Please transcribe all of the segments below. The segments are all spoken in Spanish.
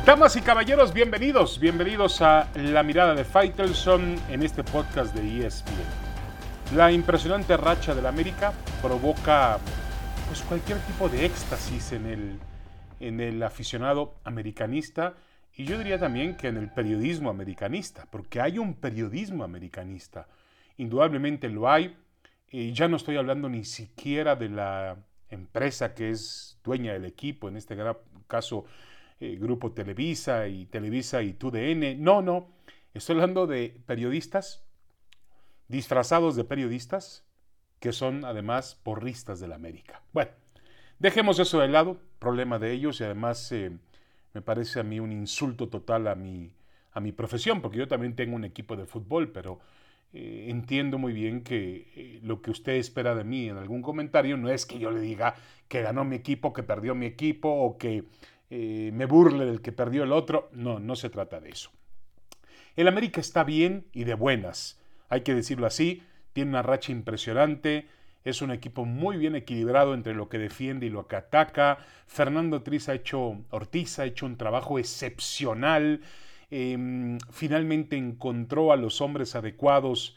Damas y caballeros, bienvenidos a La Mirada de Faitelson en este podcast de ESPN. La impresionante racha del América provoca pues, cualquier tipo de éxtasis en el aficionado americanista y yo diría también que en el periodismo americanista, porque hay un periodismo americanista, indudablemente lo hay. Ya no estoy hablando ni siquiera de la empresa que es dueña del equipo, en este caso Grupo Televisa y TUDN. No, estoy hablando de periodistas disfrazados de periodistas que son además porristas del América. Bueno, dejemos eso de lado, problema de ellos y además me parece a mí un insulto total a mi profesión, porque yo también tengo un equipo de fútbol, pero entiendo muy bien que lo que usted espera de mí en algún comentario no es que yo le diga que ganó mi equipo, que perdió mi equipo o que me burle del que perdió el otro. No se trata de eso. El América está bien y de buenas, hay que decirlo así, tiene una racha impresionante, es un equipo muy bien equilibrado entre lo que defiende y lo que ataca. Fernando Ortiz ha hecho un trabajo excepcional. Finalmente encontró a los hombres adecuados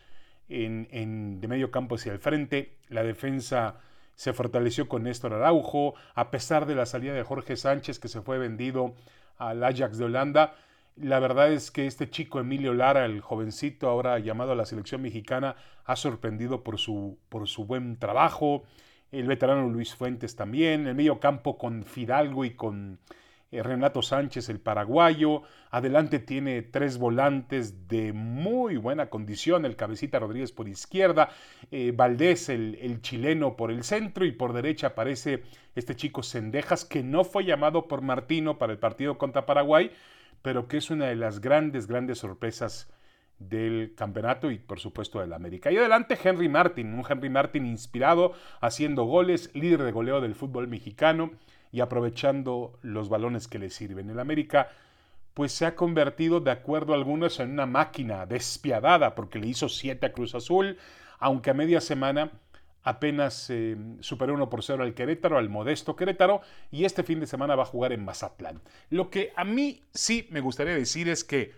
de medio campo hacia el frente. La defensa se fortaleció con Néstor Araujo, a pesar de la salida de Jorge Sánchez, que se fue vendido al Ajax de Holanda. La verdad es que este chico Emilio Lara, el jovencito ahora llamado a la selección mexicana, ha sorprendido por su buen trabajo. El veterano Luis Fuentes también. El medio campo con Fidalgo y con Renato Sánchez, el paraguayo. Adelante tiene 3 volantes de muy buena condición. El Cabecita Rodríguez por izquierda. Valdés, el chileno, por el centro. Y por derecha aparece este chico Cendejas, que no fue llamado por Martino para el partido contra Paraguay, pero que es una de las grandes sorpresas del campeonato y por supuesto del América. Y adelante Henry Martin, un Henry Martin inspirado, haciendo goles, líder de goleo del fútbol mexicano y aprovechando los balones que le sirven. El América pues se ha convertido, de acuerdo a algunos, en una máquina despiadada porque le hizo 7 a Cruz Azul, aunque a media semana apenas superó 1-0 al Querétaro, al modesto Querétaro, y este fin de semana va a jugar en Mazatlán. Lo que a mí sí me gustaría decir es que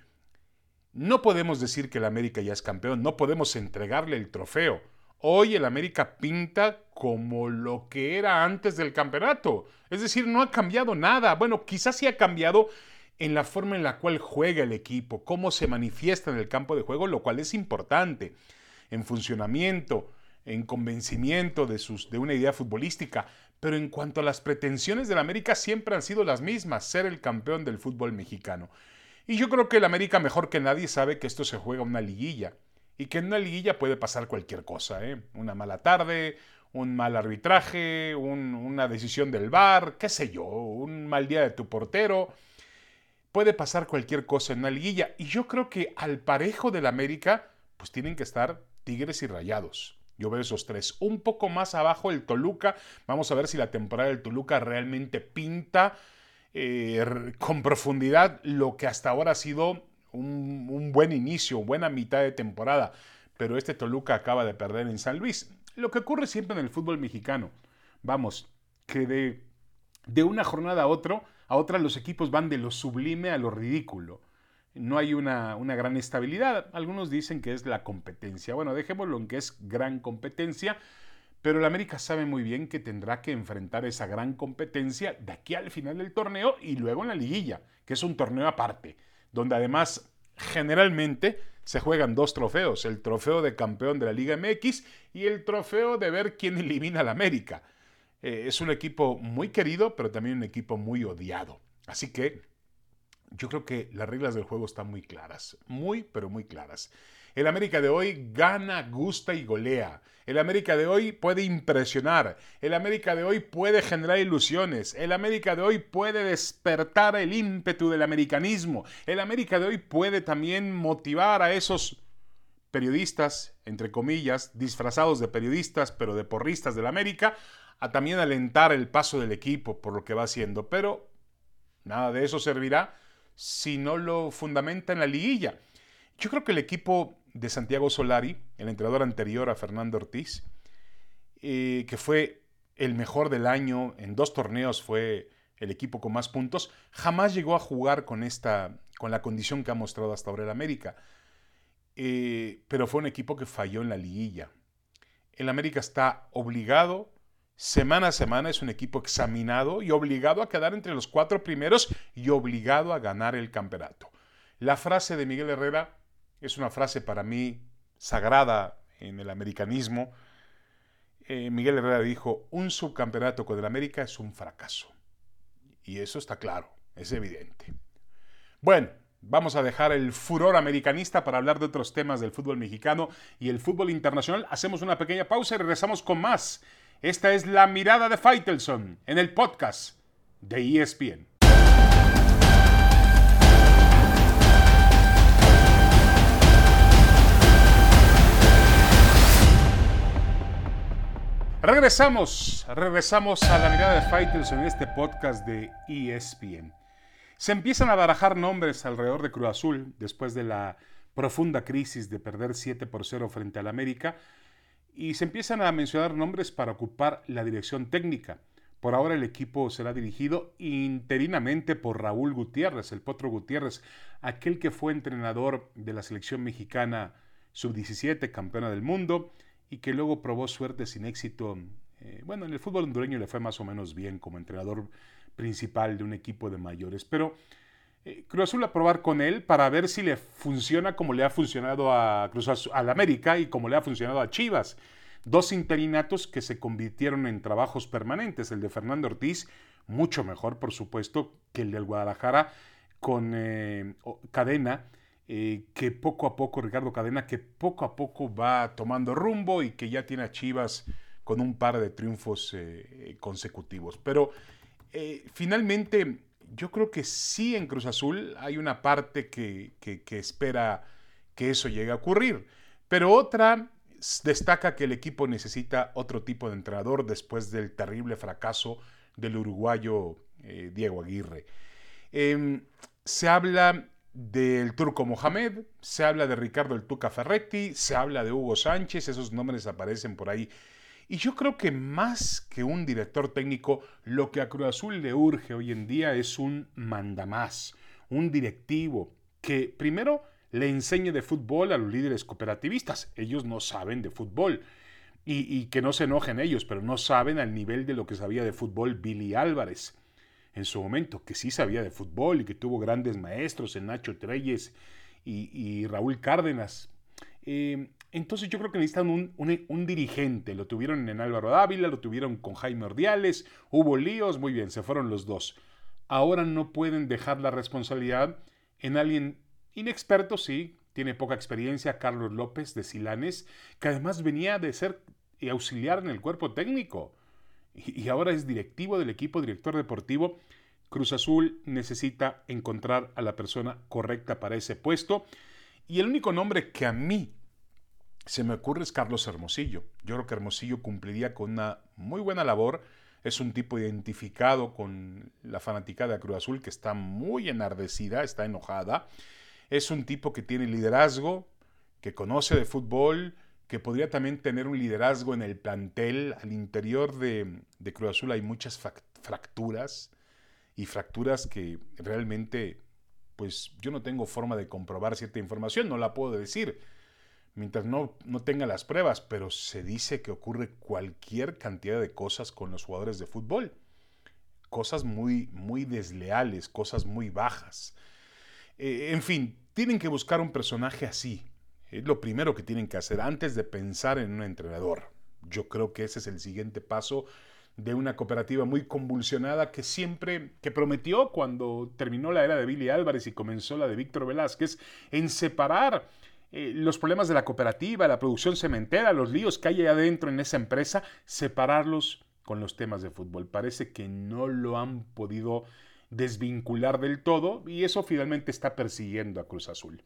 no podemos decir que el América ya es campeón, no podemos entregarle el trofeo. Hoy el América pinta como lo que era antes del campeonato, es decir, no ha cambiado nada. Bueno, quizás sí ha cambiado en la forma en la cual juega el equipo, cómo se manifiesta en el campo de juego, lo cual es importante, en funcionamiento, en convencimiento de una idea futbolística, pero en cuanto a las pretensiones del América siempre han sido las mismas, ser el campeón del fútbol mexicano. Y yo creo que el América mejor que nadie sabe que esto se juega una liguilla y que en una liguilla puede pasar cualquier cosa, una mala tarde, un mal arbitraje, una decisión del VAR, qué sé yo, un mal día de tu portero. Puede pasar cualquier cosa en una liguilla y yo creo que al parejo del América pues tienen que estar Tigres y Rayados. Yo veo esos 3. Un poco más abajo el Toluca. Vamos a ver si la temporada del Toluca realmente pinta con profundidad lo que hasta ahora ha sido un buen inicio, buena mitad de temporada. Pero este Toluca acaba de perder en San Luis. Lo que ocurre siempre en el fútbol mexicano. Vamos, que de una jornada a otra los equipos van de lo sublime a lo ridículo. No hay una gran estabilidad. Algunos dicen que es la competencia. Bueno, dejémoslo en que es gran competencia, pero el América sabe muy bien que tendrá que enfrentar esa gran competencia de aquí al final del torneo y luego en la liguilla, que es un torneo aparte, donde además generalmente se juegan 2 trofeos, el trofeo de campeón de la Liga MX y el trofeo de ver quién elimina al América. Es un equipo muy querido, pero también un equipo muy odiado. Así que yo creo que las reglas del juego están muy claras, pero muy claras. El América de hoy gana, gusta y golea. El América de hoy puede impresionar. El América de hoy puede generar ilusiones. El América de hoy puede despertar el ímpetu del americanismo. El América de hoy puede también motivar a esos periodistas, entre comillas, disfrazados de periodistas, pero de porristas del América, a también alentar el paso del equipo por lo que va haciendo. Pero nada de eso servirá si no lo fundamenta en la liguilla. Yo creo que el equipo de Santiago Solari, el entrenador anterior a Fernando Ortiz, que fue el mejor del año, en 2 torneos fue el equipo con más puntos, jamás llegó a jugar con la condición que ha mostrado hasta ahora el América. Pero fue un equipo que falló en la liguilla. El América está obligado, semana a semana, es un equipo examinado y obligado a quedar entre los 4 primeros y obligado a ganar el campeonato. La frase de Miguel Herrera es una frase para mí sagrada en el americanismo. Miguel Herrera dijo: un subcampeonato con el América es un fracaso. Y eso está claro, es evidente. Bueno, vamos a dejar el furor americanista para hablar de otros temas del fútbol mexicano y el fútbol internacional. Hacemos una pequeña pausa y regresamos con más. Esta es La Mirada de Faitelson en el podcast de ESPN. Regresamos a La Mirada de Faitelson en este podcast de ESPN. Se empiezan a barajar nombres alrededor de Cruz Azul después de la profunda crisis de perder 7-0 frente al América y se empiezan a mencionar nombres para ocupar la dirección técnica. Por ahora el equipo será dirigido interinamente por Raúl Gutiérrez, el Potro Gutiérrez, aquel que fue entrenador de la selección mexicana sub-17, campeona del mundo, y que luego probó suerte sin éxito. En el fútbol hondureño le fue más o menos bien como entrenador principal de un equipo de mayores, pero Cruz Azul a probar con él para ver si le funciona como le ha funcionado a al América y como le ha funcionado a Chivas. 2 interinatos que se convirtieron en trabajos permanentes. El de Fernando Ortiz, mucho mejor por supuesto que el del Guadalajara con Cadena, que poco a poco, Ricardo Cadena, que poco a poco va tomando rumbo y que ya tiene a Chivas con un par de triunfos consecutivos. Pero finalmente yo creo que sí, en Cruz Azul hay una parte que espera que eso llegue a ocurrir, pero otra destaca que el equipo necesita otro tipo de entrenador después del terrible fracaso del uruguayo Diego Aguirre. Se habla del Turco Mohamed, se habla de Ricardo el Tuca Ferretti, se habla de Hugo Sánchez, esos nombres aparecen por ahí. Y yo creo que más que un director técnico, lo que a Cruz Azul le urge hoy en día es un mandamás, un directivo que primero le enseñe de fútbol a los líderes cooperativistas. Ellos no saben de fútbol y que no se enojen ellos, pero no saben al nivel de lo que sabía de fútbol Billy Álvarez en su momento, que sí sabía de fútbol y que tuvo grandes maestros en Nacho Treyes y Raúl Cárdenas. Entonces yo creo que necesitan un dirigente. Lo tuvieron en Álvaro Dávila, lo tuvieron con Jaime Ordiales, hubo líos, muy bien, se fueron los dos. Ahora no pueden dejar la responsabilidad en alguien inexperto, sí, tiene poca experiencia, Carlos López de Silanes, que además venía de ser auxiliar en el cuerpo técnico y ahora es directivo del equipo, director deportivo. Cruz Azul necesita encontrar a la persona correcta para ese puesto. Y el único nombre que a mí se me ocurre es Carlos Hermosillo. Yo creo que Hermosillo cumpliría con una muy buena labor. Es un tipo identificado con la fanaticada de Cruz Azul que está muy enardecida, está enojada. Es un tipo que tiene liderazgo, que conoce de fútbol, que podría también tener un liderazgo en el plantel. Al interior de Cruz Azul hay muchas fracturas y fracturas que realmente, pues yo no tengo forma de comprobar cierta información, no la puedo decir mientras no tenga las pruebas, pero se dice que ocurre cualquier cantidad de cosas con los jugadores de fútbol, cosas muy, muy desleales, cosas muy bajas. En fin, tienen que buscar un personaje así. Es lo primero que tienen que hacer antes de pensar en un entrenador. Yo creo que ese es el siguiente paso de una cooperativa muy convulsionada que prometió cuando terminó la era de Billy Álvarez y comenzó la de Víctor Velázquez en separar los problemas de la cooperativa, la producción cementera, los líos que hay ahí adentro en esa empresa, separarlos con los temas de fútbol. Parece que no lo han podido desvincular del todo y eso finalmente está persiguiendo a Cruz Azul.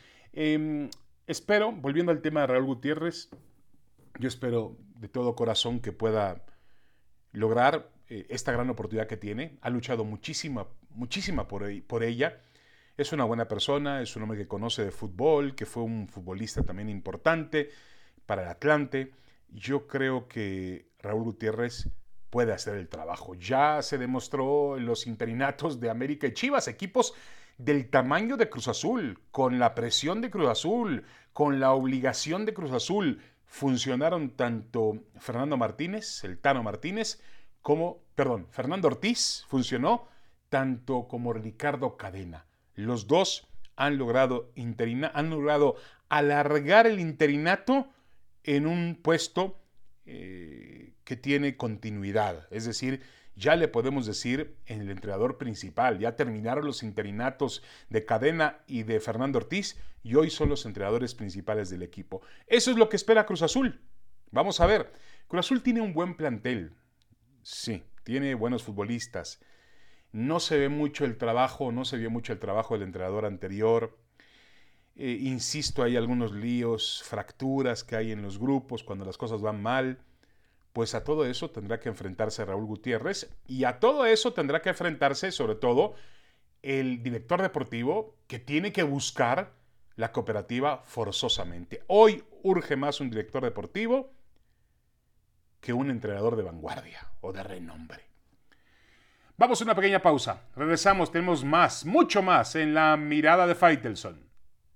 Espero, volviendo al tema de Raúl Gutiérrez, yo espero de todo corazón que pueda lograr esta gran oportunidad que tiene. Ha luchado muchísima por ella. Es una buena persona, es un hombre que conoce de fútbol, que fue un futbolista también importante para el Atlante. Yo creo que Raúl Gutiérrez puede hacer el trabajo. Ya se demostró en los interinatos de América y Chivas, equipos del tamaño de Cruz Azul, con la presión de Cruz Azul, con la obligación de Cruz Azul, funcionaron tanto Fernando Martínez, el Tano Martínez, Fernando Ortiz funcionó tanto como Ricardo Cadena. Los dos han logrado alargar el interinato en un puesto que tiene continuidad. Es decir, ya le podemos decir en el entrenador principal. Ya terminaron los interinatos de Cadena y de Fernando Ortiz y hoy son los entrenadores principales del equipo. Eso es lo que espera Cruz Azul. Vamos a ver. Cruz Azul tiene un buen plantel. Sí, tiene buenos futbolistas. No se vio mucho el trabajo del entrenador anterior. Insisto, hay algunos líos, fracturas que hay en los grupos cuando las cosas van mal. Pues a todo eso tendrá que enfrentarse Raúl Gutiérrez y a todo eso tendrá que enfrentarse sobre todo el director deportivo que tiene que buscar la cooperativa forzosamente. Hoy urge más un director deportivo que un entrenador de vanguardia o de renombre. Vamos a una pequeña pausa. Regresamos, tenemos más, mucho más en la mirada de Faitelson.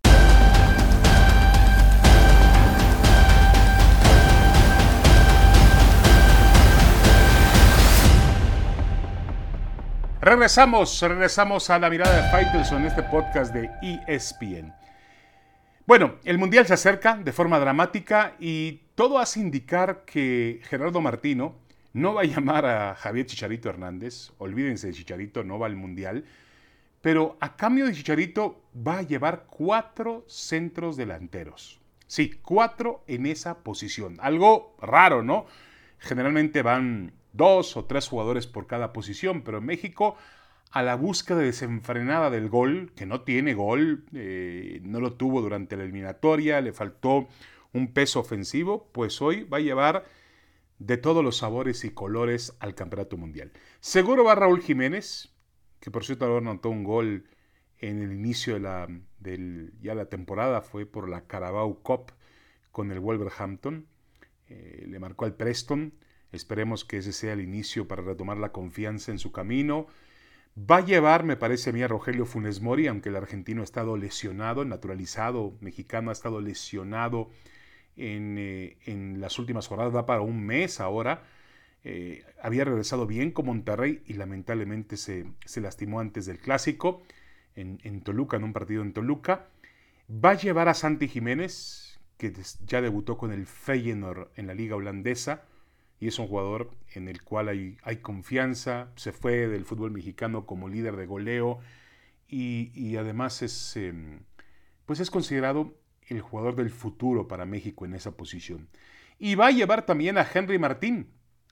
Regresamos a la mirada de Faitelson en este podcast de ESPN. Bueno, el Mundial se acerca de forma dramática y todo hace indicar que Gerardo Martino no va a llamar a Javier Chicharito Hernández. Olvídense de Chicharito, no va al Mundial. Pero a cambio de Chicharito va a llevar 4 centros delanteros. Sí, 4 en esa posición. Algo raro, ¿no? Generalmente van 2 o 3 jugadores por cada posición, pero en México, a la búsqueda desenfrenada del gol, que no tiene gol, no lo tuvo durante la eliminatoria, le faltó un peso ofensivo, pues hoy va a llevar de todos los sabores y colores al Campeonato Mundial. Seguro va Raúl Jiménez, que por cierto ahora anotó un gol en el inicio de la temporada, fue por la Carabao Cup con el Wolverhampton, le marcó al Preston. Esperemos que ese sea el inicio para retomar la confianza en su camino. Va a llevar, me parece a mí, a Rogelio Funes Mori, aunque el argentino ha estado lesionado, el naturalizado mexicano ha estado lesionado en las últimas jornadas, va para un mes ahora. Había regresado bien con Monterrey y lamentablemente se lastimó antes del Clásico en Toluca, en un partido en Toluca. Va a llevar a Santi Jiménez, que ya debutó con el Feyenoord en la liga holandesa, y es un jugador en el cual hay confianza. Se fue del fútbol mexicano como líder de goleo y además es considerado el jugador del futuro para México en esa posición. Y va a llevar también a Henry Martín,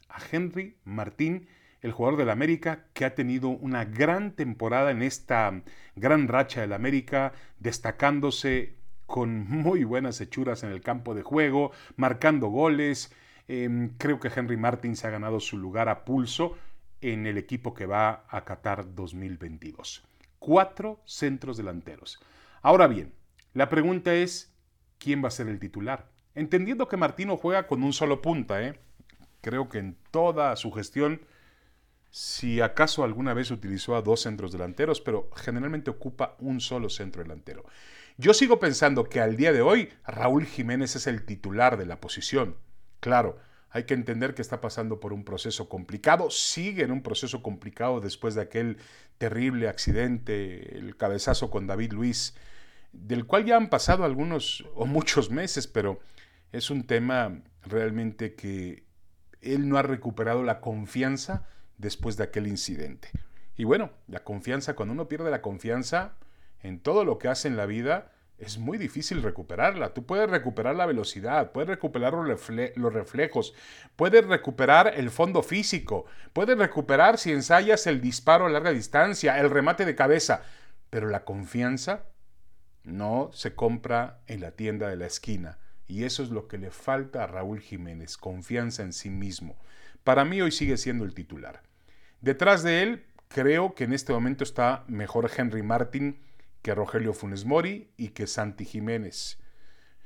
el jugador del América, que ha tenido una gran temporada en esta gran racha del América, destacándose con muy buenas hechuras en el campo de juego, marcando goles. Creo que Henry Martín se ha ganado su lugar a pulso en el equipo que va a Qatar 2022. 4 centros delanteros. Ahora bien, la pregunta es, ¿quién va a ser el titular? Entendiendo que Martino juega con un solo punta, creo que en toda su gestión, si acaso alguna vez utilizó a 2 centros delanteros, pero generalmente ocupa un solo centro delantero. Yo sigo pensando que al día de hoy Raúl Jiménez es el titular de la posición. Claro, hay que entender que está pasando por un proceso complicado, sigue en un proceso complicado después de aquel terrible accidente, el cabezazo con David Luiz, del cual ya han pasado algunos o muchos meses, pero es un tema realmente que él no ha recuperado la confianza después de aquel incidente. Y bueno, la confianza, cuando uno pierde la confianza en todo lo que hace en la vida, es muy difícil recuperarla. Tú puedes recuperar la velocidad, puedes recuperar los reflejos, puedes recuperar el fondo físico, puedes recuperar si ensayas el disparo a larga distancia, el remate de cabeza, pero la confianza no se compra en la tienda de la esquina. Y eso es lo que le falta a Raúl Jiménez, confianza en sí mismo. Para mí hoy sigue siendo el titular. Detrás de él, creo que en este momento está mejor Henry Martín que Rogelio Funes Mori y que Santi Jiménez.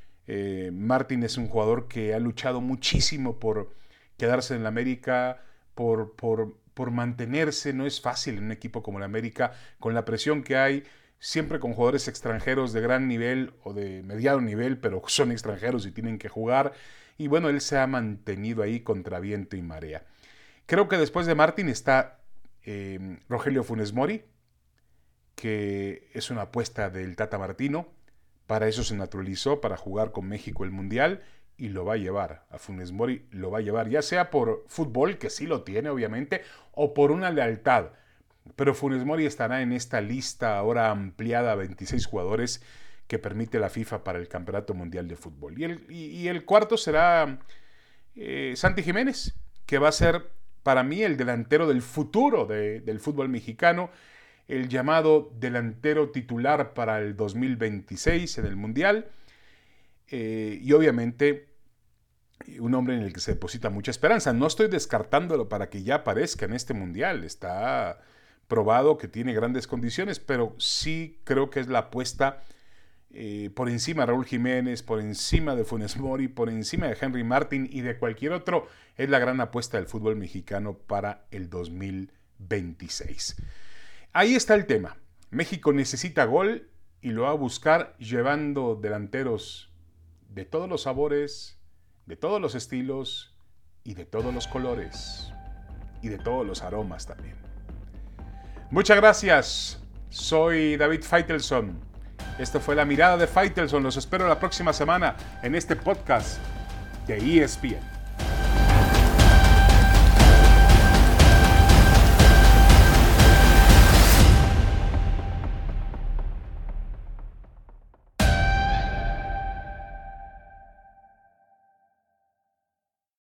Martín es un jugador que ha luchado muchísimo por quedarse en la América, por mantenerse. No es fácil en un equipo como el América, con la presión que hay, siempre con jugadores extranjeros de gran nivel o de mediano nivel, pero son extranjeros y tienen que jugar. Y bueno, él se ha mantenido ahí contra viento y marea. Creo que después de Martín está Rogelio Funes Mori, que es una apuesta del Tata Martino. Para eso se naturalizó, para jugar con México el Mundial, y lo va a llevar. A Funes Mori lo va a llevar, ya sea por fútbol, que sí lo tiene obviamente, o por una lealtad. Pero Funes Mori estará en esta lista ahora ampliada a 26 jugadores que permite la FIFA para el Campeonato Mundial de Fútbol. Y el cuarto será Santi Jiménez, que va a ser para mí el delantero del futuro del fútbol mexicano, el llamado delantero titular para el 2026 en el Mundial, y obviamente un hombre en el que se deposita mucha esperanza. No estoy descartándolo para que ya aparezca en este Mundial, está probado que tiene grandes condiciones, pero sí creo que es la apuesta por encima de Raúl Jiménez, por encima de Funes Mori, por encima de Henry Martin y de cualquier otro. Es la gran apuesta del fútbol mexicano para el 2026. Ahí está el tema. México necesita gol y lo va a buscar llevando delanteros de todos los sabores, de todos los estilos y de todos los colores y de todos los aromas también. Muchas gracias. Soy David Faitelson. Esto fue La Mirada de Faitelson. Los espero la próxima semana en este podcast de ESPN.